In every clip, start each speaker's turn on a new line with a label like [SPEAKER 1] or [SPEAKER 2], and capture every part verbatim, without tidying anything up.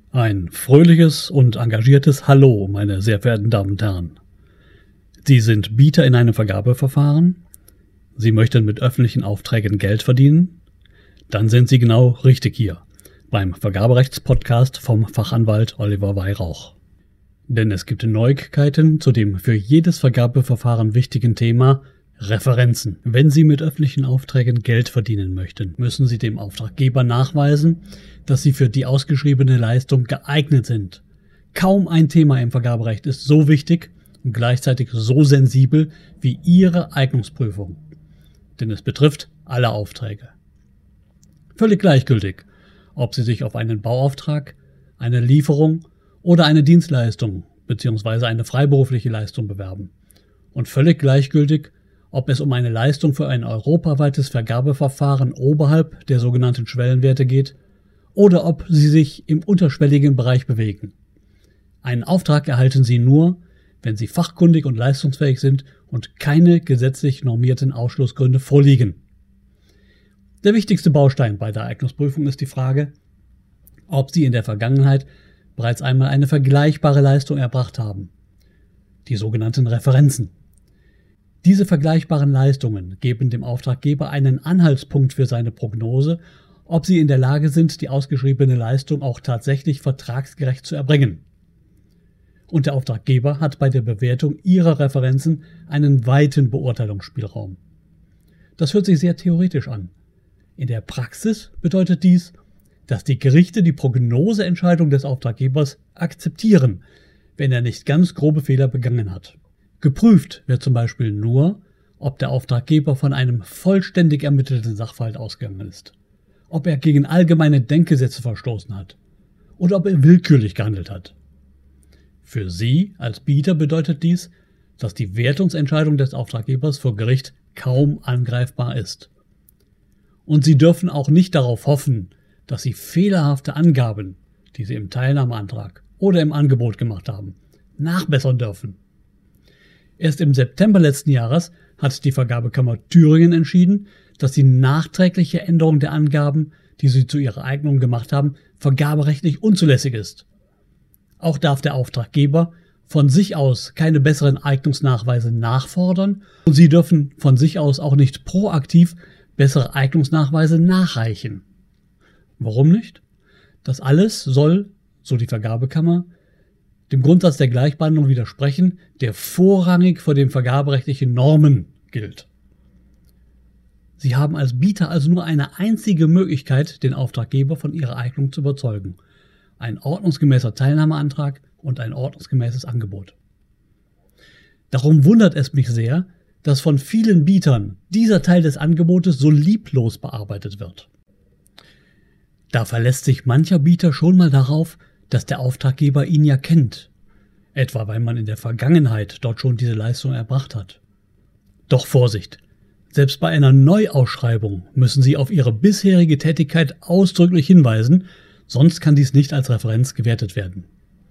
[SPEAKER 1] Ein fröhliches und engagiertes Hallo, meine sehr verehrten Damen und Herren. Sie sind Bieter in einem Vergabeverfahren? Sie möchten mit öffentlichen Aufträgen Geld verdienen? Dann sind Sie genau richtig hier, beim Vergaberechtspodcast vom Fachanwalt Oliver Weihrauch. Denn es gibt Neuigkeiten zu dem für jedes Vergabeverfahren wichtigen Thema Referenzen. Wenn Sie mit öffentlichen Aufträgen Geld verdienen möchten, müssen Sie dem Auftraggeber nachweisen, dass Sie für die ausgeschriebene Leistung geeignet sind. Kaum ein Thema im Vergaberecht ist so wichtig und gleichzeitig so sensibel wie Ihre Eignungsprüfung. Denn es betrifft alle Aufträge. Völlig gleichgültig, ob Sie sich auf einen Bauauftrag, eine Lieferung oder eine Dienstleistung bzw. eine freiberufliche Leistung bewerben. Und völlig gleichgültig, ob es um eine Leistung für ein europaweites Vergabeverfahren oberhalb der sogenannten Schwellenwerte geht oder ob Sie sich im unterschwelligen Bereich bewegen. Einen Auftrag erhalten Sie nur, wenn Sie fachkundig und leistungsfähig sind und keine gesetzlich normierten Ausschlussgründe vorliegen. Der wichtigste Baustein bei der Eignungsprüfung ist die Frage, ob Sie in der Vergangenheit bereits einmal eine vergleichbare Leistung erbracht haben. Die sogenannten Referenzen. Diese vergleichbaren Leistungen geben dem Auftraggeber einen Anhaltspunkt für seine Prognose, ob sie in der Lage sind, die ausgeschriebene Leistung auch tatsächlich vertragsgerecht zu erbringen. Und der Auftraggeber hat bei der Bewertung ihrer Referenzen einen weiten Beurteilungsspielraum. Das hört sich sehr theoretisch an. In der Praxis bedeutet dies, dass die Gerichte die Prognoseentscheidung des Auftraggebers akzeptieren, wenn er nicht ganz grobe Fehler begangen hat. Geprüft wird zum Beispiel nur, ob der Auftraggeber von einem vollständig ermittelten Sachverhalt ausgegangen ist, ob er gegen allgemeine Denkgesetze verstoßen hat oder ob er willkürlich gehandelt hat. Für Sie als Bieter bedeutet dies, dass die Wertungsentscheidung des Auftraggebers vor Gericht kaum angreifbar ist. Und Sie dürfen auch nicht darauf hoffen, dass Sie fehlerhafte Angaben, die Sie im Teilnahmeantrag oder im Angebot gemacht haben, nachbessern dürfen. Erst im September letzten Jahres hat die Vergabekammer Thüringen entschieden, dass die nachträgliche Änderung der Angaben, die sie zu ihrer Eignung gemacht haben, vergaberechtlich unzulässig ist. Auch darf der Auftraggeber von sich aus keine besseren Eignungsnachweise nachfordern und sie dürfen von sich aus auch nicht proaktiv bessere Eignungsnachweise nachreichen. Warum nicht? Das alles soll, so die Vergabekammer, dem Grundsatz der Gleichbehandlung widersprechen, der vorrangig vor den vergaberechtlichen Normen gilt. Sie haben als Bieter also nur eine einzige Möglichkeit, den Auftraggeber von ihrer Eignung zu überzeugen: ein ordnungsgemäßer Teilnahmeantrag und ein ordnungsgemäßes Angebot. Darum wundert es mich sehr, dass von vielen Bietern dieser Teil des Angebotes so lieblos bearbeitet wird. Da verlässt sich mancher Bieter schon mal darauf, dass der Auftraggeber ihn ja kennt, etwa weil man in der Vergangenheit dort schon diese Leistung erbracht hat. Doch Vorsicht! Selbst bei einer Neuausschreibung müssen Sie auf Ihre bisherige Tätigkeit ausdrücklich hinweisen, sonst kann dies nicht als Referenz gewertet werden.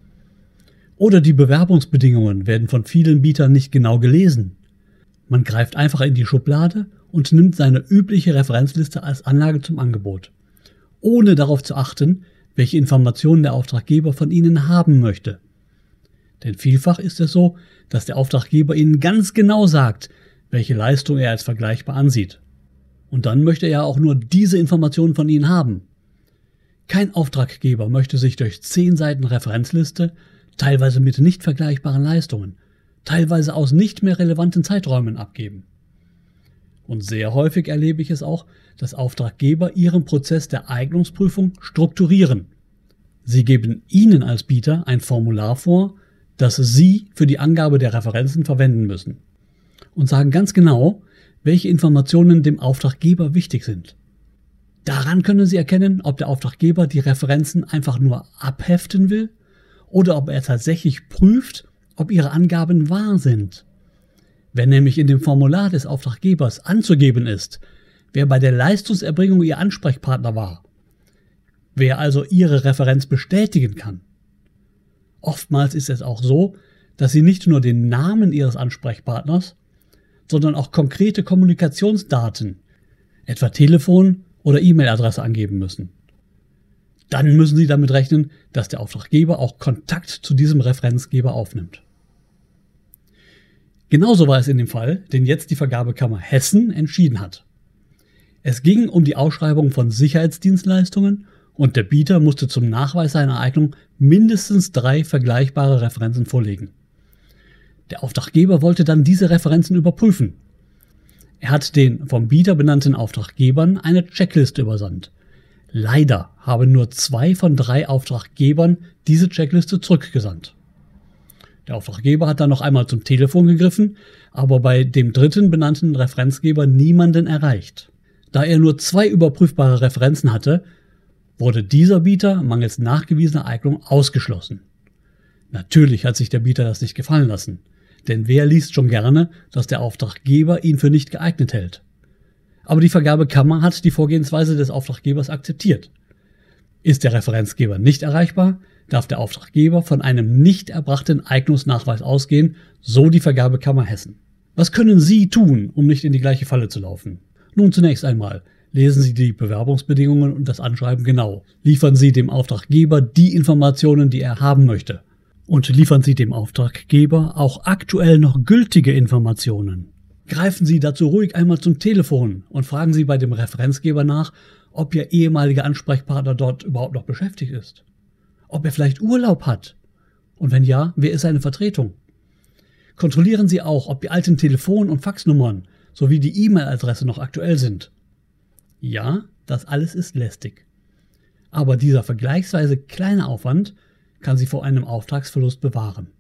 [SPEAKER 1] Oder die Bewerbungsbedingungen werden von vielen Bietern nicht genau gelesen. Man greift einfach in die Schublade und nimmt seine übliche Referenzliste als Anlage zum Angebot, ohne darauf zu achten, welche Informationen der Auftraggeber von Ihnen haben möchte. Denn vielfach ist es so, dass der Auftraggeber Ihnen ganz genau sagt, welche Leistung er als vergleichbar ansieht. Und dann möchte er auch nur diese Informationen von Ihnen haben. Kein Auftraggeber möchte sich durch zehn Seiten Referenzliste, teilweise mit nicht vergleichbaren Leistungen, teilweise aus nicht mehr relevanten Zeiträumen abgeben. Und sehr häufig erlebe ich es auch, dass Auftraggeber ihren Prozess der Eignungsprüfung strukturieren. Sie geben Ihnen als Bieter ein Formular vor, das Sie für die Angabe der Referenzen verwenden müssen. Und sagen ganz genau, welche Informationen dem Auftraggeber wichtig sind. Daran können Sie erkennen, ob der Auftraggeber die Referenzen einfach nur abheften will oder ob er tatsächlich prüft, ob Ihre Angaben wahr sind. Wenn nämlich in dem Formular des Auftraggebers anzugeben ist, wer bei der Leistungserbringung Ihr Ansprechpartner war, wer also Ihre Referenz bestätigen kann. Oftmals ist es auch so, dass Sie nicht nur den Namen Ihres Ansprechpartners, sondern auch konkrete Kommunikationsdaten, etwa Telefon oder E-Mail-Adresse angeben müssen. Dann müssen Sie damit rechnen, dass der Auftraggeber auch Kontakt zu diesem Referenzgeber aufnimmt. Genauso war es in dem Fall, den jetzt die Vergabekammer Hessen entschieden hat. Es ging um die Ausschreibung von Sicherheitsdienstleistungen und der Bieter musste zum Nachweis seiner Eignung mindestens drei vergleichbare Referenzen vorlegen. Der Auftraggeber wollte dann diese Referenzen überprüfen. Er hat den vom Bieter benannten Auftraggebern eine Checkliste übersandt. Leider haben nur zwei von drei Auftraggebern diese Checkliste zurückgesandt. Der Auftraggeber hat dann noch einmal zum Telefon gegriffen, aber bei dem dritten benannten Referenzgeber niemanden erreicht. Da er nur zwei überprüfbare Referenzen hatte, wurde dieser Bieter mangels nachgewiesener Eignung ausgeschlossen. Natürlich hat sich der Bieter das nicht gefallen lassen, denn wer liest schon gerne, dass der Auftraggeber ihn für nicht geeignet hält? Aber die Vergabekammer hat die Vorgehensweise des Auftraggebers akzeptiert. Ist der Referenzgeber nicht erreichbar, darf der Auftraggeber von einem nicht erbrachten Eignungsnachweis ausgehen, so die Vergabekammer Hessen. Was können Sie tun, um nicht in die gleiche Falle zu laufen? Nun zunächst einmal, lesen Sie die Bewerbungsbedingungen und das Anschreiben genau. Liefern Sie dem Auftraggeber die Informationen, die er haben möchte. Und liefern Sie dem Auftraggeber auch aktuell noch gültige Informationen. Greifen Sie dazu ruhig einmal zum Telefon und fragen Sie bei dem Referenzgeber nach, ob Ihr ehemaliger Ansprechpartner dort überhaupt noch beschäftigt ist. Ob er vielleicht Urlaub hat. Und wenn ja, wer ist seine Vertretung? Kontrollieren Sie auch, ob die alten Telefon- und Faxnummern sowie die E-Mail-Adresse noch aktuell sind. Ja, das alles ist lästig. Aber dieser vergleichsweise kleine Aufwand kann Sie vor einem Auftragsverlust bewahren.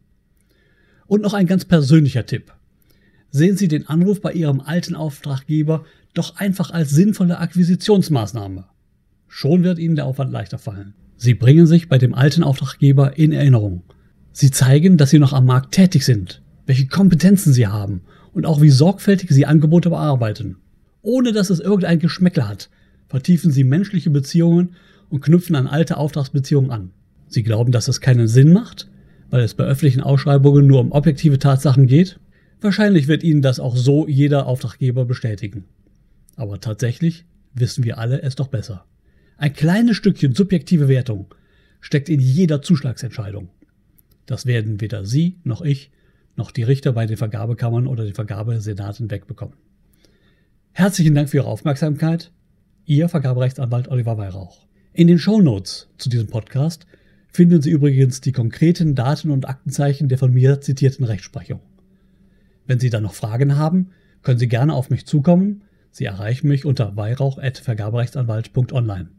[SPEAKER 1] Und noch ein ganz persönlicher Tipp. Sehen Sie den Anruf bei Ihrem alten Auftraggeber doch einfach als sinnvolle Akquisitionsmaßnahme. Schon wird Ihnen der Aufwand leichter fallen. Sie bringen sich bei dem alten Auftraggeber in Erinnerung. Sie zeigen, dass Sie noch am Markt tätig sind, welche Kompetenzen Sie haben und auch wie sorgfältig Sie Angebote bearbeiten. Ohne dass es irgendein Geschmäckle hat, vertiefen Sie menschliche Beziehungen und knüpfen an alte Auftragsbeziehungen an. Sie glauben, dass es keinen Sinn macht, weil es bei öffentlichen Ausschreibungen nur um objektive Tatsachen geht? Wahrscheinlich wird Ihnen das auch so jeder Auftraggeber bestätigen. Aber tatsächlich wissen wir alle es doch besser. Ein kleines Stückchen subjektive Wertung steckt in jeder Zuschlagsentscheidung. Das werden weder Sie noch ich noch die Richter bei den Vergabekammern oder den Vergabesenaten wegbekommen. Herzlichen Dank für Ihre Aufmerksamkeit. Ihr Vergaberechtsanwalt Oliver Weihrauch. In den Shownotes zu diesem Podcast finden Sie übrigens die konkreten Daten und Aktenzeichen der von mir zitierten Rechtsprechung. Wenn Sie dann noch Fragen haben, können Sie gerne auf mich zukommen. Sie erreichen mich unter weihrauch at vergaberechtsanwalt punkt online.